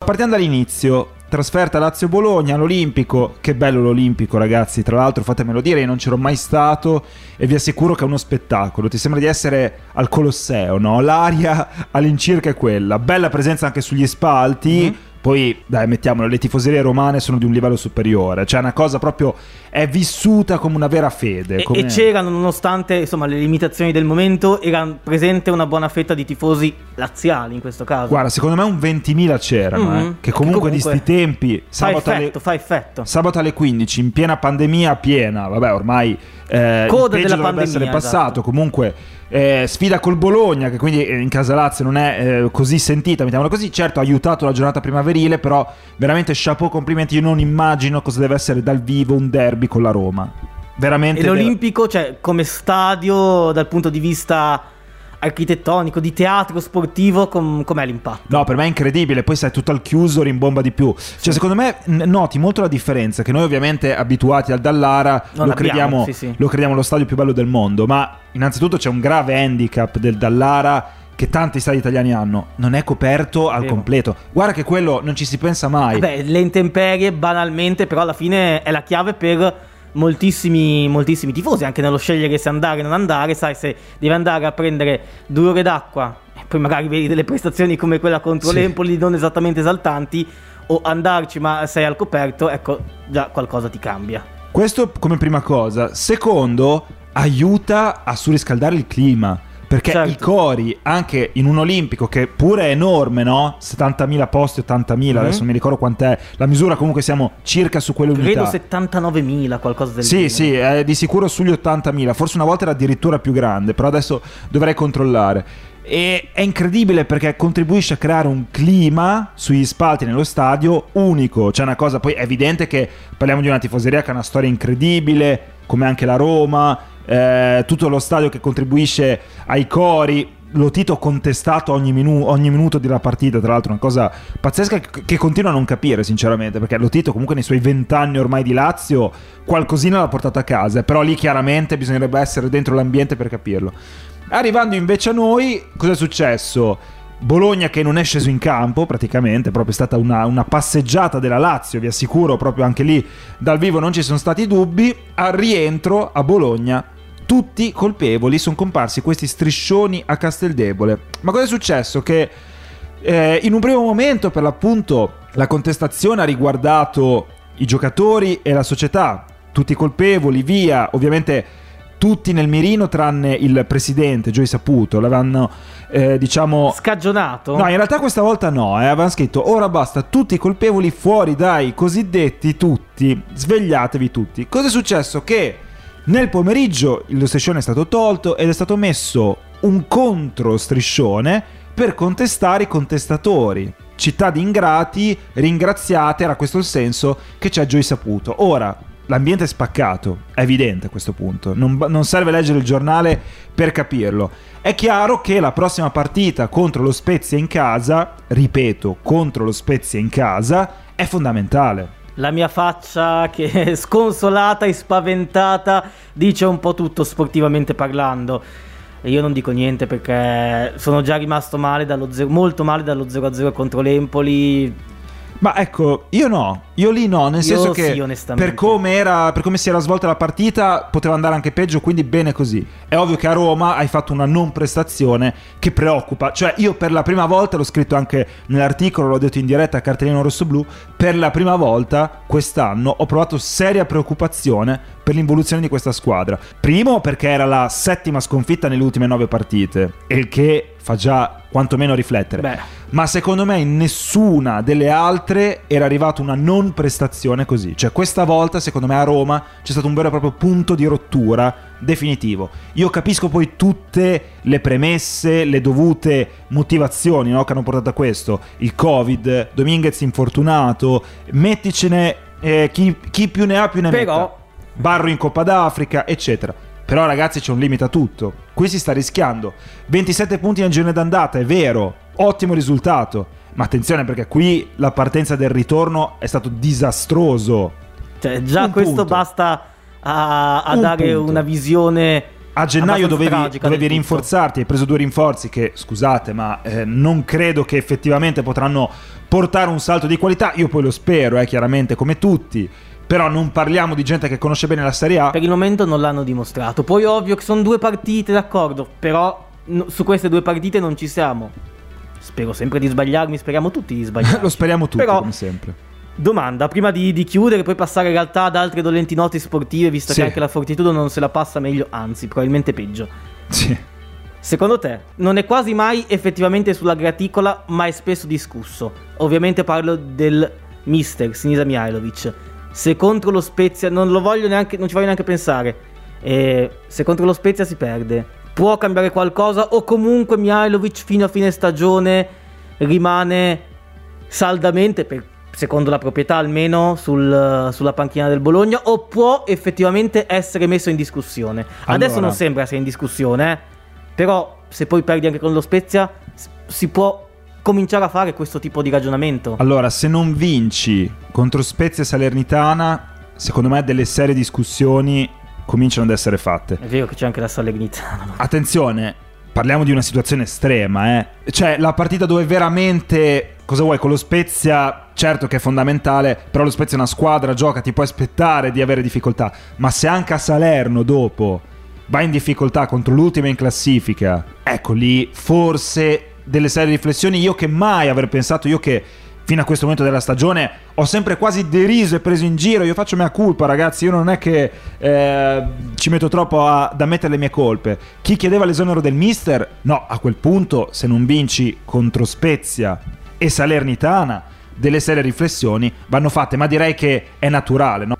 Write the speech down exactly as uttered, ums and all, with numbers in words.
partiamo dall'inizio. Trasferta Lazio-Bologna, l'Olimpico, che bello l'Olimpico ragazzi, tra l'altro fatemelo dire, io non c'ero mai stato e vi assicuro che è uno spettacolo, ti sembra di essere al Colosseo, no? L'aria all'incirca è quella, bella presenza anche sugli spalti, mm-hmm. Poi dai mettiamolo, le tifoserie romane sono di un livello superiore, cioè una cosa proprio è vissuta come una vera fede e, come... e c'erano, nonostante insomma le limitazioni del momento, era presente una buona fetta di tifosi laziali in questo caso. Guarda, secondo me un ventimila c'erano, mm-hmm. eh, che comunque, che comunque di sti tempi sabato fa effetto, alle... fa effetto sabato alle quindici in piena pandemia piena, vabbè ormai eh, coda il peggio della dovrebbe pandemia, essere passato, esatto. Comunque eh, sfida col Bologna che quindi in casa Lazio non è eh, così sentita, mettiamola così, certo ha aiutato la giornata primaverile, però veramente chapeau, complimenti, io non immagino cosa deve essere dal vivo un derby con la Roma, veramente. E l'Olimpico, cioè come stadio dal punto di vista architettonico, di teatro sportivo, com- com'è l'impatto? No, per me è incredibile, poi sai tutto al chiuso rimbomba di più, cioè sì. Secondo me n- noti molto la differenza, che noi ovviamente abituati al Dallara lo abbiamo, crediamo, sì, sì. lo crediamo lo stadio più bello del mondo, ma innanzitutto c'è un grave handicap del Dallara che tanti stadi italiani hanno, non è coperto al Vero. completo, guarda che quello non ci si pensa mai. Beh, le intemperie banalmente, però alla fine è la chiave per moltissimi moltissimi tifosi, anche nello scegliere se andare o non andare, sai, se devi andare a prendere due ore d'acqua e poi magari vedi delle prestazioni come quella contro sì. l'Empoli non esattamente esaltanti, o andarci ma sei al coperto, ecco, già qualcosa ti cambia. Questo come prima cosa. Secondo, aiuta a surriscaldare il clima, perché certo. I cori, anche in un Olimpico che pure è enorme, no? settantamila posti, ottantamila, mm-hmm. adesso non mi ricordo quant'è la misura, comunque siamo circa su quelle unità. Credo settantanovemila, qualcosa del sì, genere. Sì, sì, è di sicuro sugli ottantamila, forse una volta era addirittura più grande, però adesso dovrei controllare. E è incredibile perché contribuisce a creare un clima sugli spalti nello stadio unico. C'è una cosa, poi è evidente che parliamo di una tifoseria che ha una storia incredibile, come anche la Roma, eh, tutto lo stadio che contribuisce ai cori, lo Tito contestato ogni, minu- ogni minuto della partita, tra l'altro una cosa pazzesca che, che continuo a non capire sinceramente, perché lo Tito comunque nei suoi vent'anni ormai di Lazio qualcosina l'ha portato a casa, però lì chiaramente bisognerebbe essere dentro l'ambiente per capirlo. Arrivando invece a noi, cosa è successo? Bologna che non è sceso in campo praticamente, proprio è stata una, una passeggiata della Lazio, vi assicuro, proprio anche lì dal vivo non ci sono stati dubbi. Al rientro a Bologna tutti colpevoli, sono comparsi questi striscioni a Casteldebole. Ma cosa è successo? Che eh, in un primo momento per l'appunto la contestazione ha riguardato i giocatori e la società, tutti colpevoli, via, ovviamente tutti nel mirino tranne il presidente Joey Saputo, l'avevano eh, diciamo scagionato. No, in realtà questa volta no, eh, avevano scritto ora basta, tutti colpevoli fuori dai cosiddetti tutti, svegliatevi tutti. Cosa è successo? Che nel pomeriggio lo striscione è stato tolto ed è stato messo un contro striscione per contestare i contestatori. Città di ingrati, ringraziate, era questo il senso che c'è Joey Saputo. Ora l'ambiente è spaccato, è evidente a questo punto, non, non serve leggere il giornale per capirlo. È chiaro che la prossima partita contro lo Spezia in casa, ripeto, contro lo Spezia in casa, è fondamentale. La mia faccia che è sconsolata e spaventata dice un po' tutto sportivamente parlando. E io non dico niente perché sono già rimasto male dallo zero, molto male dallo zero a zero contro l'Empoli. Ma ecco, io no, io lì no, nel io senso che sì, per come era, per come si era svolta la partita poteva andare anche peggio, quindi bene così. È ovvio che a Roma hai fatto una non prestazione che preoccupa, cioè io per la prima volta, l'ho scritto anche nell'articolo, l'ho detto in diretta a Cartellino Rossoblu, per la prima volta quest'anno ho provato seria preoccupazione per l'involuzione di questa squadra. Primo perché era la settima sconfitta nelle ultime nove partite, e il che fa già quantomeno riflettere. Beh. Ma secondo me in nessuna delle altre era arrivata una non prestazione così. Cioè questa volta secondo me a Roma c'è stato un vero e proprio punto di rottura definitivo. Io capisco poi tutte le premesse, le dovute motivazioni, no, che hanno portato a questo. Il Covid, Dominguez infortunato, metticene eh, chi, chi più ne ha più ne Però... metta. Barro in Coppa d'Africa, eccetera. Però ragazzi c'è un limite a tutto. Qui si sta rischiando. ventisette punti nel girone d'andata, è vero, ottimo risultato. Ma attenzione perché qui la partenza del ritorno è stato disastroso. Cioè già un questo punto. basta a, a un dare punto. una visione a gennaio dovevi, tragica dovevi del tutto. rinforzarti, hai preso due rinforzi che, scusate, ma eh, non credo che effettivamente potranno portare un salto di qualità. Io poi lo spero, eh, chiaramente, come tutti, però non parliamo di gente che conosce bene la Serie A. Per il momento non l'hanno dimostrato. Poi ovvio che sono due partite, d'accordo, però no, su queste due partite non ci siamo. Spero sempre di sbagliarmi, speriamo tutti di sbagliarmi. Lo speriamo tutti, però, come sempre. Domanda, prima di, di chiudere, poi passare in realtà ad altre dolenti note sportive, visto Sì. che anche la Fortitudo non se la passa meglio, anzi, probabilmente peggio. Sì. Secondo te, non è quasi mai effettivamente sulla graticola, ma è spesso discusso? Ovviamente parlo del mister Sinisa Mihajlovic. Se contro lo Spezia, non lo voglio neanche, non ci voglio neanche pensare, eh, se contro lo Spezia si perde, può cambiare qualcosa o comunque Mihajlovic fino a fine stagione rimane saldamente, per, secondo la proprietà almeno, sul, sulla panchina del Bologna, o può effettivamente essere messo in discussione? Allora. Adesso non sembra essere in discussione, eh? Però se poi perdi anche con lo Spezia si può cominciare a fare questo tipo di ragionamento. Allora, se non vinci contro Spezia e Salernitana, secondo me delle serie discussioni cominciano ad essere fatte. È vero che c'è anche la Salernitana. Attenzione, parliamo di una situazione estrema, eh. Cioè, la partita dove veramente, cosa vuoi, con lo Spezia, certo che è fondamentale, però lo Spezia è una squadra, gioca, ti puoi aspettare di avere difficoltà, ma se anche a Salerno dopo vai in difficoltà contro l'ultima in classifica, ecco lì forse delle serie riflessioni. Io che mai aver pensato, io che fino a questo momento della stagione ho sempre quasi deriso e preso in giro, io faccio mea culpa, ragazzi, io non è che eh, ci metto troppo a, ad ammettere le mie colpe. Chi chiedeva l'esonero del mister? No, a quel punto se non vinci contro Spezia e Salernitana, delle serie riflessioni vanno fatte, ma direi che è naturale, no?